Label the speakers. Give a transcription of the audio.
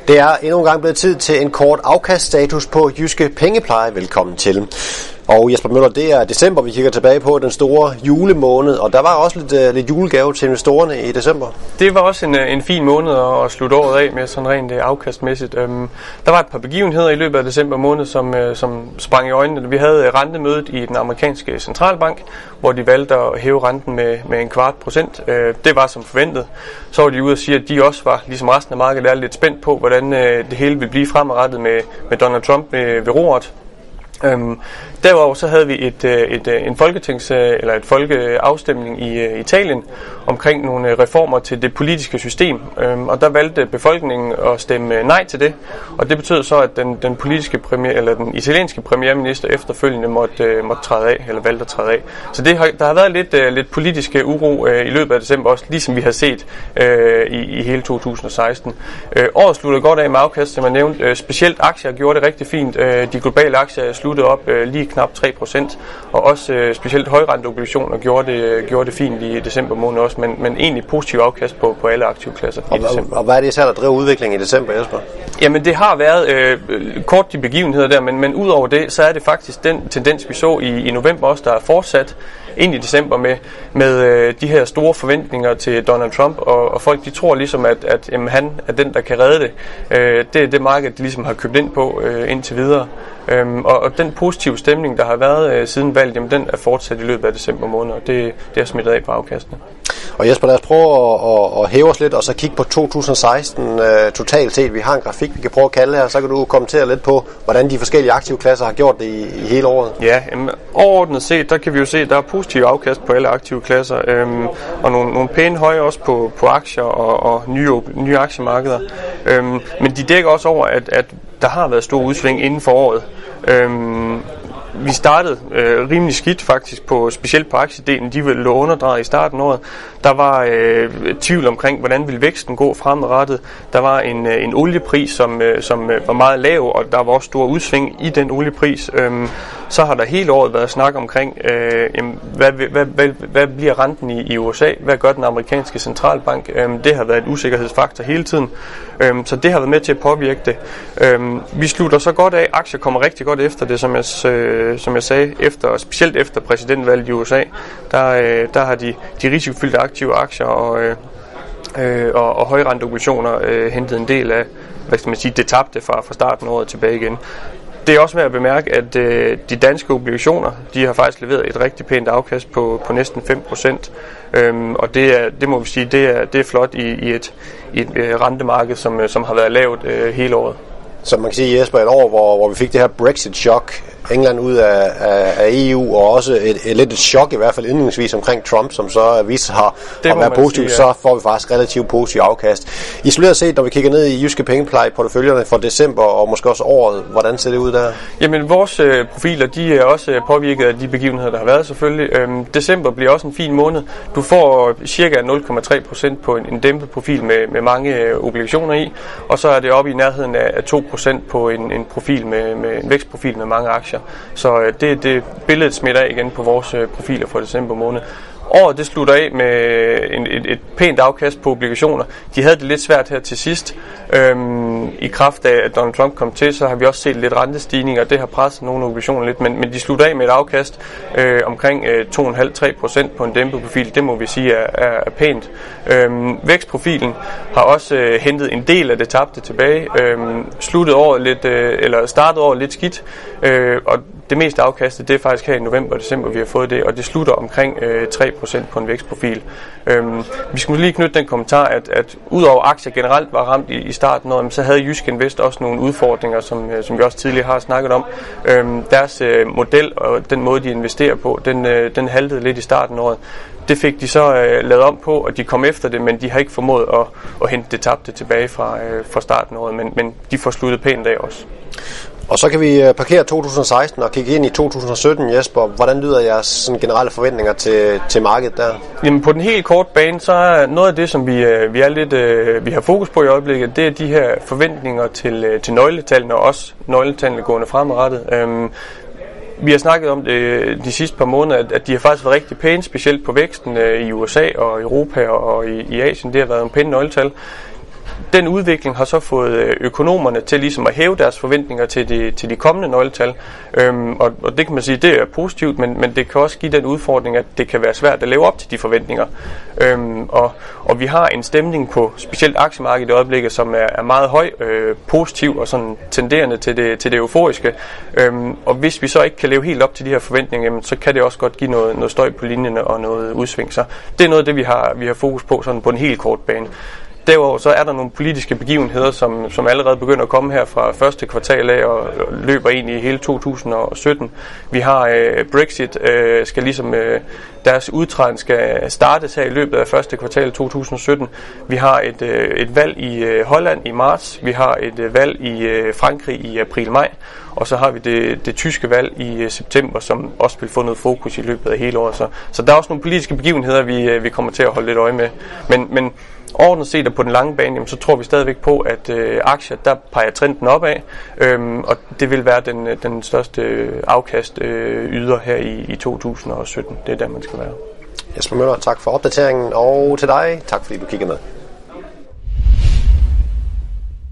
Speaker 1: Det er endnu en gang blevet tid til en kort afkaststatus på Jyske Pengepleje. Velkommen til. Og Jesper Møller, det er december, vi kigger tilbage på, den store julemåned, og der var også lidt julegave til investorerne i december.
Speaker 2: Det var også en fin måned at slutte året af med, sådan rent afkastmæssigt. Der var et par begivenheder i løbet af december måned, som sprang i øjnene. Vi havde rentemødet i den amerikanske centralbank, hvor de valgte at hæve renten med 0,25%. Det var som forventet. Så var de ude og sige, at de også var, ligesom resten af markedet, lidt spændt på, hvordan det hele ville blive fremadrettet med Donald Trump ved roret. Derudover så havde vi en folkeafstemning i Italien omkring nogle reformer til det politiske system, og der valgte befolkningen at stemme nej til det, og det betød så, at den den italienske premierminister efterfølgende måtte træde af, eller valgte at træde af. Så der har været lidt politisk uro i løbet af december også, ligesom vi har set i hele 2016. Året sluttede godt af med afkast, som jeg nævnte. Specielt aktier gjorde det rigtig fint. De globale aktier sluttede op lige knap 3%, og også specielt højrenteobligationer gjorde det fint i december måned også, men egentlig positiv afkast på alle aktivklasser i december.
Speaker 1: Og hvad er det især, der driver udviklingen i december, Jesper?
Speaker 2: Jamen det har været kort de begivenheder der, men ud over det, så er det faktisk den tendens, vi så i november også, der er fortsat ind i december med de her store forventninger til Donald Trump, og folk de tror ligesom, at han er den, der kan redde det. Det er det marked, de ligesom har købt ind på indtil videre. Og den positive stemning, der har været siden valget, jamen, den er fortsat i løbet af december måned, og det er smittet af på afkastene.
Speaker 1: Og Jesper, lad os prøve at hæve os lidt, og så kigge på 2016 totalt set. Vi har en grafik, vi kan prøve at kalde her, så kan du kommentere lidt på, hvordan de forskellige aktivklasser har gjort det i hele året.
Speaker 2: Ja, overordnet set, der kan vi jo se, at der er positiv afkast på alle aktive klasser, og nogle pæne høje også på aktier og nye aktiemarkeder. Men de dækker også over, at der har været stor udsving inden for året. Vi startede rimelig skidt faktisk, specielt på aktiedelen. De lå underdrejet i starten af året. Der var tvivl omkring, hvordan ville væksten gå fremadrettet. Der var en oliepris, som var meget lav, og der var også stor udsving i den oliepris. Så har der hele året været snak omkring, hvad bliver renten i USA? Hvad gør den amerikanske centralbank? Det har været et usikkerhedsfaktor hele tiden. Så det har været med til at påvirke det. Vi slutter så godt af. Aktier kommer rigtig godt efter det, som jeg sagde, specielt efter præsidentvalget i USA. Der har de risikofyldte aktive aktier og højrenteobligationer hentet en del af, det tabte fra starten af året tilbage igen. Det er også værd at bemærke, at de danske obligationer, de har faktisk leveret et rigtig pænt afkast på næsten 5%. Og det må vi sige, det er flot i et rentemarked, som har været lavt hele året.
Speaker 1: Så man kan sige, Jesper, et år, hvor vi fik det her Brexit-chok, England ud af EU, og også et chok i hvert fald indledningsvis omkring Trump, som så viste sig at være positivt, så får vi faktisk relativt positiv afkast. Isoleret set, når vi kigger ned i Jyske Pengepleje-porteføljerne for december og måske også året, hvordan ser det ud der?
Speaker 2: Jamen, vores profiler, de er også påvirket af de begivenheder, der har været selvfølgelig. December bliver også en fin måned. Du får cirka 0,3% på en dæmpet profil med mange obligationer i, og så er det oppe i nærheden af 2% på en profil med en vækstprofil med mange aktier. Så det billedet smitter af igen på vores profiler for december måned. Året det slutter af med et pænt afkast på obligationer. De havde det lidt svært her til sidst. I kraft af, at Donald Trump kom til, så har vi også set lidt rentestigninger, og det har presset nogle obligationer lidt, men de slutter af med et afkast omkring 2,5-3% på en dæmpet profil. Det må vi sige er pænt. Vækstprofilen har også hentet en del af det tabte tilbage. Startede året lidt skidt, og det meste afkastet, det er faktisk her i november og december, vi har fået det, og det slutter omkring 3% på en vækstprofil. Vi skal lige knytte den kommentar, at udover aktier generelt var ramt i starten, så havde Jysk Invest også nogle udfordringer, som vi også tidligere har snakket om. Deres model og den måde, de investerer på, den haltede lidt i starten af året. Det fik de så lavet om på, og de kom efter det, men de har ikke formået at hente det tabte tilbage fra starten af året, men de får sluttet pænt af også.
Speaker 1: Og så kan vi parkere 2016 og kigge ind i 2017, Jesper. Hvordan lyder jeres sådan generelle forventninger til markedet der?
Speaker 2: Jamen på den helt korte bane, så er noget af det, som vi har fokus på i øjeblikket, det er de her forventninger til nøgletallene, og også nøgletallene gående fremadrettet. Vi har snakket om det de sidste par måneder, at de har faktisk været rigtig pæne, specielt på væksten i USA og Europa og i Asien. Det har været en pæne nøgletal. Den udvikling har så fået økonomerne til ligesom at hæve deres forventninger til de kommende nøgletal, og det kan man sige, det er positivt, men det kan også give den udfordring, at det kan være svært at leve op til de forventninger. Og vi har en stemning på specielt aktiemarkedet i øjeblikket, som er meget høj, positiv og sådan tenderende til det euforiske. Og hvis vi så ikke kan leve helt op til de her forventninger, jamen, så kan det også godt give noget støj på linjerne og noget udsving. Så det er noget af det, vi har fokus på sådan på en helt kort bane. Derudover så er der nogle politiske begivenheder, som allerede begynder at komme her fra første kvartal af og løber ind i hele 2017. Vi har Brexit, skal ligesom deres udtræden skal startes her i løbet af første kvartal 2017. Vi har et valg i Holland i marts. Vi har et valg i Frankrig i april-maj. Og så har vi det tyske valg i september, som også vil få noget fokus i løbet af hele året. Så der er også nogle politiske begivenheder, vi kommer til at holde lidt øje med. Men overordnet set og på den lange bane, jamen, så tror vi stadigvæk på, at aktier, der peger trenden opad, og det vil være den største afkast yder her i 2017. Det er der, man skal være.
Speaker 1: Jesper Møller, tak for opdateringen, og til dig, tak fordi du kiggede med.